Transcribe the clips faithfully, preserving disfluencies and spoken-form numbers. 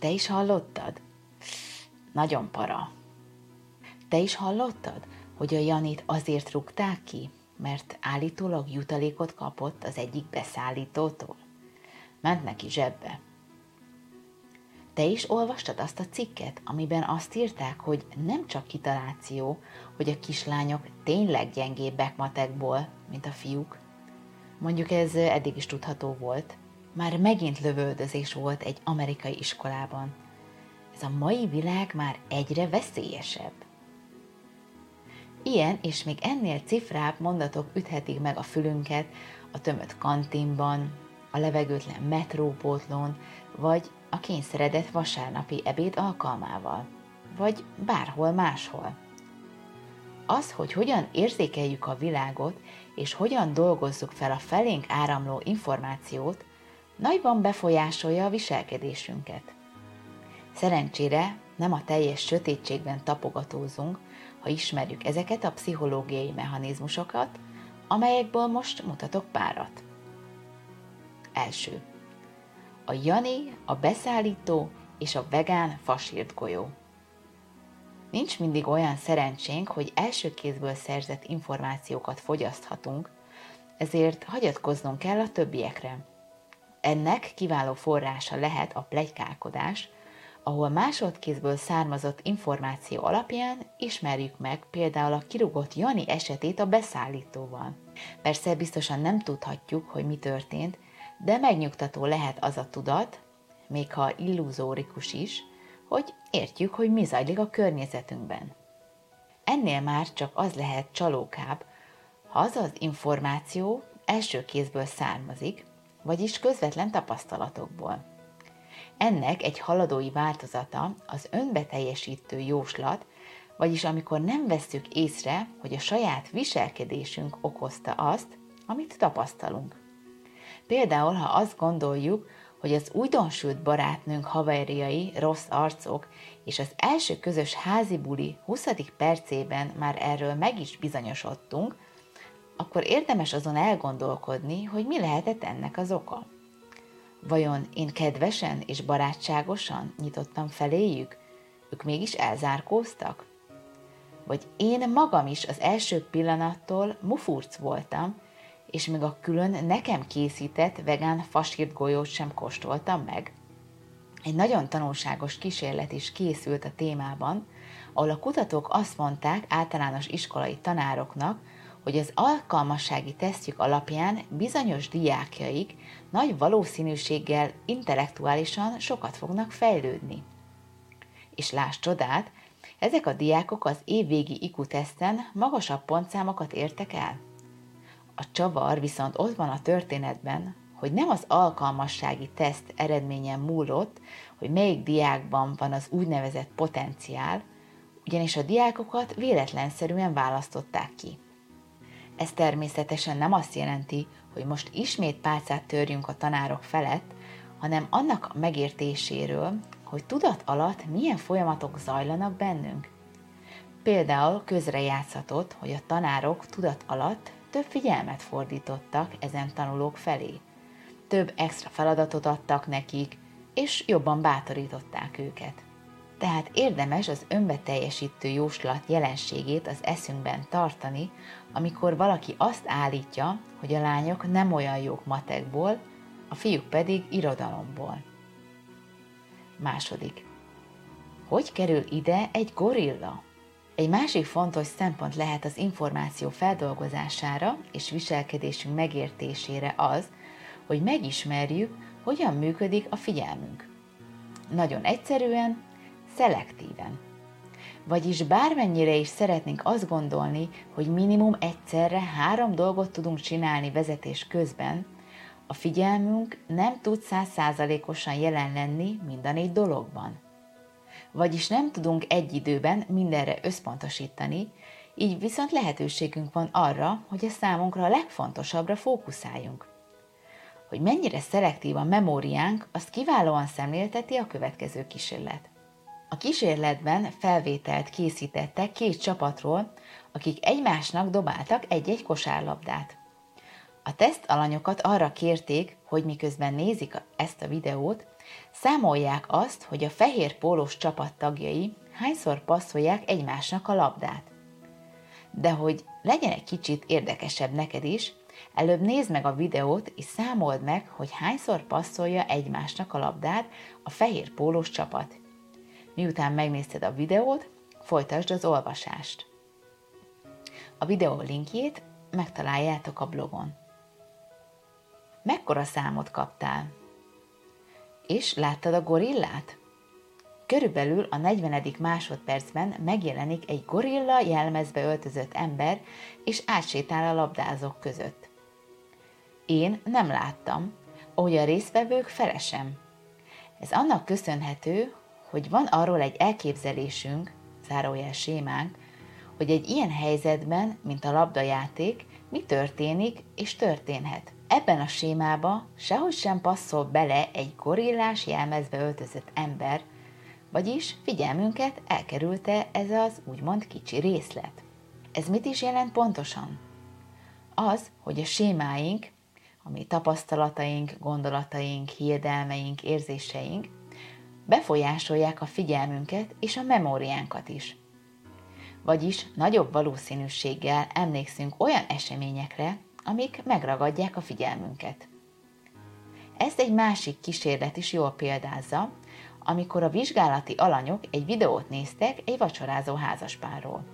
Te is hallottad? Nagyon para. Te is hallottad, hogy a Janit azért rúgták ki, mert állítólag jutalékot kapott az egyik beszállítótól? Ment neki zsebbe. Te is olvastad azt a cikket, amiben azt írták, hogy nem csak kitaláció, hogy a kislányok tényleg gyengébbek matekból, mint a fiúk? Mondjuk ez eddig is tudható volt. Már megint lövöldözés volt egy amerikai iskolában. Ez a mai világ már egyre veszélyesebb. Ilyen és még ennél cifrább mondatok üthetik meg a fülünket a tömött kantinban, a levegőtlen metrópótlón, vagy a kényszeredett vasárnapi ebéd alkalmával, vagy bárhol máshol. Az, hogy hogyan érzékeljük a világot, és hogyan dolgozzuk fel a felénk áramló információt, nagyban befolyásolja a viselkedésünket. Szerencsére nem a teljes sötétségben tapogatózunk, ha ismerjük ezeket a pszichológiai mechanizmusokat, amelyekből most mutatok párat. Első. A Jani, a beszállító és a vegán fasírt golyó. Nincs mindig olyan szerencsénk, hogy első kézből szerzett információkat fogyaszthatunk, ezért hagyatkoznunk kell a többiekre. Ennek kiváló forrása lehet a pletykálkodás, ahol másodkézből származott információ alapján ismerjük meg például a kirúgott Jani esetét a beszállítóval. Persze biztosan nem tudhatjuk, hogy mi történt, de megnyugtató lehet az a tudat, még ha illuzórikus is, hogy értjük, hogy mi zajlik a környezetünkben. Ennél már csak az lehet csalókább, ha az az információ első kézből származik, vagyis közvetlen tapasztalatokból. Ennek egy haladói változata az önbeteljesítő jóslat, vagyis amikor nem vesszük észre, hogy a saját viselkedésünk okozta azt, amit tapasztalunk. Például, ha azt gondoljuk, hogy az újdonsült barátnőnk haverjai rossz arcok, és az első közös házi buli huszadik percében már erről meg is bizonyosodtunk, akkor érdemes azon elgondolkodni, hogy mi lehetett ennek az oka. Vajon én kedvesen és barátságosan nyitottam feléjük, ők mégis elzárkóztak? Vagy én magam is az első pillanattól mufurc voltam, és még a külön nekem készített vegán fasírt golyót sem kóstoltam meg? Egy nagyon tanulságos kísérlet is készült a témában, ahol a kutatók azt mondták általános iskolai tanároknak, hogy az alkalmassági tesztjük alapján bizonyos diákjaik nagy valószínűséggel intellektuálisan sokat fognak fejlődni. És láss csodát, ezek a diákok az évvégi i kú-teszten magasabb pontszámokat értek el. A csavar viszont ott van a történetben, hogy nem az alkalmassági teszt eredményen múlott, hogy melyik diákban van az úgynevezett potenciál, ugyanis a diákokat véletlenszerűen választották ki. Ez természetesen nem azt jelenti, hogy most ismét pálcát törjünk a tanárok felett, hanem annak a megértéséről, hogy tudat alatt milyen folyamatok zajlanak bennünk. Például közrejátszhatott, hogy a tanárok tudat alatt több figyelmet fordítottak ezen tanulók felé, több extra feladatot adtak nekik, és jobban bátorították őket. Tehát érdemes az önbeteljesítő jóslat jelenségét az eszünkben tartani, amikor valaki azt állítja, hogy a lányok nem olyan jók matekból, a fiúk pedig irodalomból. Második. Hogy kerül ide egy gorilla? Egy másik fontos szempont lehet az információ feldolgozására és viselkedésünk megértésére az, hogy megismerjük, hogyan működik a figyelmünk. Nagyon egyszerűen, szelektíven. Vagyis bármennyire is szeretnénk azt gondolni, hogy minimum egyszerre három dolgot tudunk csinálni vezetés közben, a figyelmünk nem tud száz százalékosan jelen lenni mind a négy dologban. Vagyis nem tudunk egy időben mindenre összpontosítani, így viszont lehetőségünk van arra, hogy a számunkra a legfontosabbra fókuszáljunk. Hogy mennyire szelektív a memóriánk, azt kiválóan szemlélteti a következő kísérlet. A kísérletben felvételt készítettek két csapatról, akik egymásnak dobáltak egy-egy kosárlabdát. A teszt alanyokat arra kérték, hogy miközben nézik ezt a videót, számolják azt, hogy a fehér pólós csapat tagjai hányszor passzolják egymásnak a labdát. De hogy legyen egy kicsit érdekesebb neked is, előbb nézd meg a videót, és számold meg, hogy hányszor passzolja egymásnak a labdát a fehér pólós csapat. Miután megnézted a videót, folytasd az olvasást. A videó linkjét megtaláljátok a blogon. Mekkora számot kaptál? És láttad a gorillát? Körülbelül a negyvenedik másodpercben megjelenik egy gorilla jelmezbe öltözött ember, és átsétál a labdázók között. Én nem láttam, ahogy a résztvevők fele sem. Ez annak köszönhető, hogy van arról egy elképzelésünk, zárójel sémánk, hogy egy ilyen helyzetben, mint a labdajáték, mi történik és történhet. Ebben a sémába sehogy sem passzol bele egy gorillás jelmezbe öltözött ember, vagyis figyelmünket elkerülte ez az úgymond kicsi részlet. Ez mit is jelent pontosan? Az, hogy a sémáink, ami tapasztalataink, gondolataink, hiedelmeink, érzéseink befolyásolják a figyelmünket és a memóriánkat is. Vagyis nagyobb valószínűséggel emlékszünk olyan eseményekre, amik megragadják a figyelmünket. Ezt egy másik kísérlet is jól példázza, amikor a vizsgálati alanyok egy videót néztek egy vacsorázó házaspárról.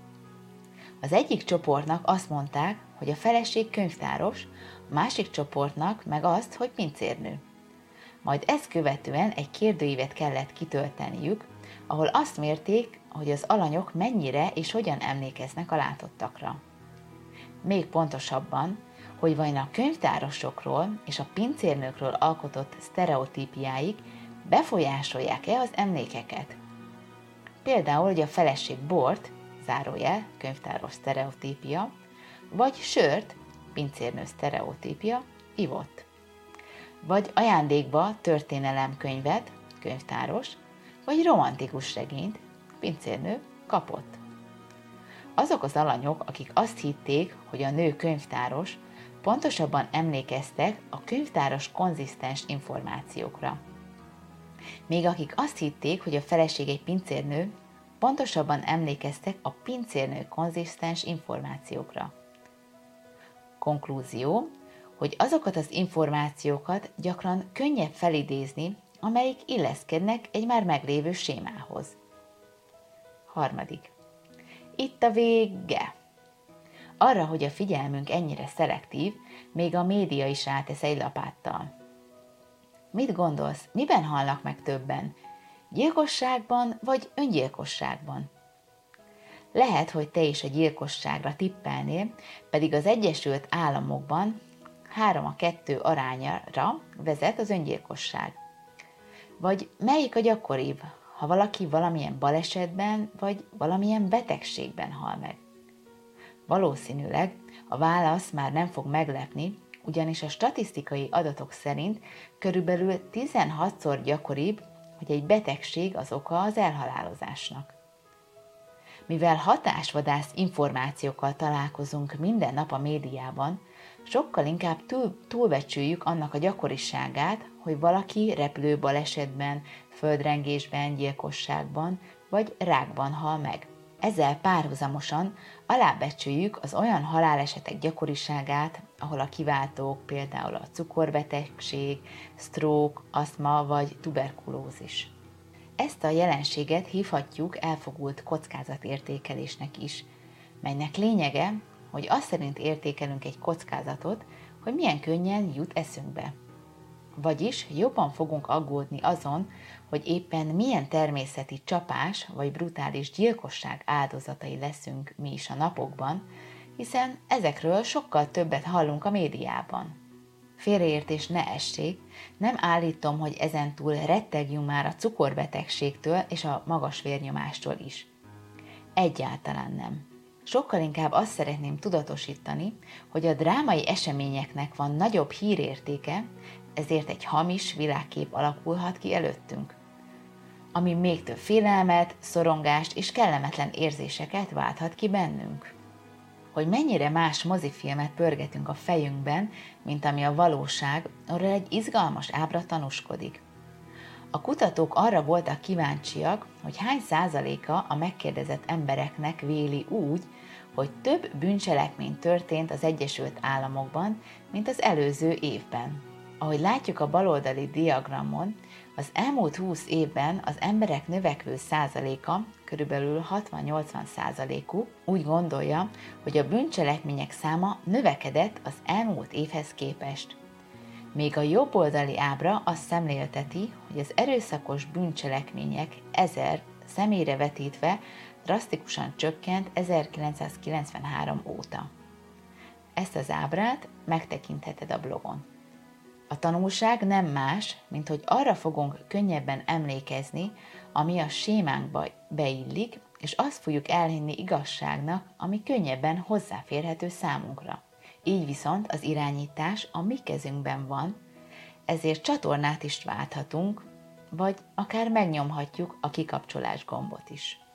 Az egyik csoportnak azt mondták, hogy a feleség könyvtáros, a másik csoportnak meg azt, hogy pincérnő. Majd ezt követően egy kérdőívet kellett kitölteniük, ahol azt mérték, hogy az alanyok mennyire és hogyan emlékeznek a látottakra. Még pontosabban, hogy vajon a könyvtárosokról és a pincérnőkről alkotott sztereotípiáik befolyásolják-e az emlékeket. Például, hogy a feleség bort, zárójel, könyvtáros sztereotípia, vagy sört, pincérnő sztereotípia, ivott. Vagy ajándékba történelemkönyvet, könyvtáros, vagy romantikus regényt, pincérnő kapott. Azok az alanyok, akik azt hitték, hogy a nő könyvtáros, pontosabban emlékeztek a könyvtáros konzisztens információkra. Míg akik azt hitték, hogy a feleség egy pincérnő, pontosabban emlékeztek a pincérnő konzisztens információkra. Konklúzió, hogy azokat az információkat gyakran könnyebb felidézni, amelyik illeszkednek egy már meglévő sémához. Harmadik. Itt a vége. Arra, hogy a figyelmünk ennyire szelektív, még a média is rátesz egy lapáttal. Mit gondolsz, miben halnak meg többen? Gyilkosságban vagy öngyilkosságban? Lehet, hogy te is a gyilkosságra tippelnél, pedig az Egyesült Államokban három a kettő arányra vezet az öngyilkosság. Vagy melyik a gyakoribb, ha valaki valamilyen balesetben vagy valamilyen betegségben hal meg? Valószínűleg a válasz már nem fog meglepni, ugyanis a statisztikai adatok szerint körülbelül tizenhatszor gyakoribb, hogy egy betegség az oka az elhalálozásnak. Mivel hatásvadász információkkal találkozunk minden nap a médiában, sokkal inkább túl, túlbecsüljük annak a gyakoriságát, hogy valaki repülőbalesetben, földrengésben, gyilkosságban vagy rákban hal meg. Ezzel párhuzamosan alábecsüljük az olyan halálesetek gyakoriságát, ahol a kiváltók például a cukorbetegség, stroke, asztma vagy tuberkulózis. Ezt a jelenséget hívhatjuk elfogult kockázatértékelésnek is, melynek lényege, hogy azt szerint értékelünk egy kockázatot, hogy milyen könnyen jut eszünkbe. Vagyis jobban fogunk aggódni azon, hogy éppen milyen természeti csapás vagy brutális gyilkosság áldozatai leszünk mi is a napokban, hiszen ezekről sokkal többet hallunk a médiában. Félreértés ne essék, nem állítom, hogy ezentúl rettegjünk már a cukorbetegségtől és a magas vérnyomástól is. Egyáltalán nem. Sokkal inkább azt szeretném tudatosítani, hogy a drámai eseményeknek van nagyobb hírértéke, ezért egy hamis világkép alakulhat ki előttünk, ami még több félelmet, szorongást és kellemetlen érzéseket válthat ki bennünk. hogy mennyire más mozifilmet pörgetünk a fejünkben, mint ami a valóság, arról egy izgalmas ábra tanúskodik. A kutatók arra voltak kíváncsiak, hogy hány százaléka a megkérdezett embereknek véli úgy, hogy több bűncselekmény történt az Egyesült Államokban, mint az előző évben. Ahogy látjuk a baloldali diagramon, az elmúlt húsz évben az emberek növekvő százaléka, körülbelül hatvan-nyolcvan százalékú úgy gondolja, hogy a bűncselekmények száma növekedett az elmúlt évhez képest. Még a jobboldali ábra azt szemlélteti, hogy az erőszakos bűncselekmények ezer személyre vetítve drasztikusan csökkent ezerkilencszázkilencvenhárom óta. Ezt az ábrát megtekintheted a blogon. A tanulság nem más, mint hogy arra fogunk könnyebben emlékezni, ami a sémánkba beillik, és azt fogjuk elhinni igazságnak, ami könnyebben hozzáférhető számunkra. Így viszont az irányítás a mi kezünkben van, ezért csatornát is válthatunk, vagy akár megnyomhatjuk a kikapcsolás gombot is.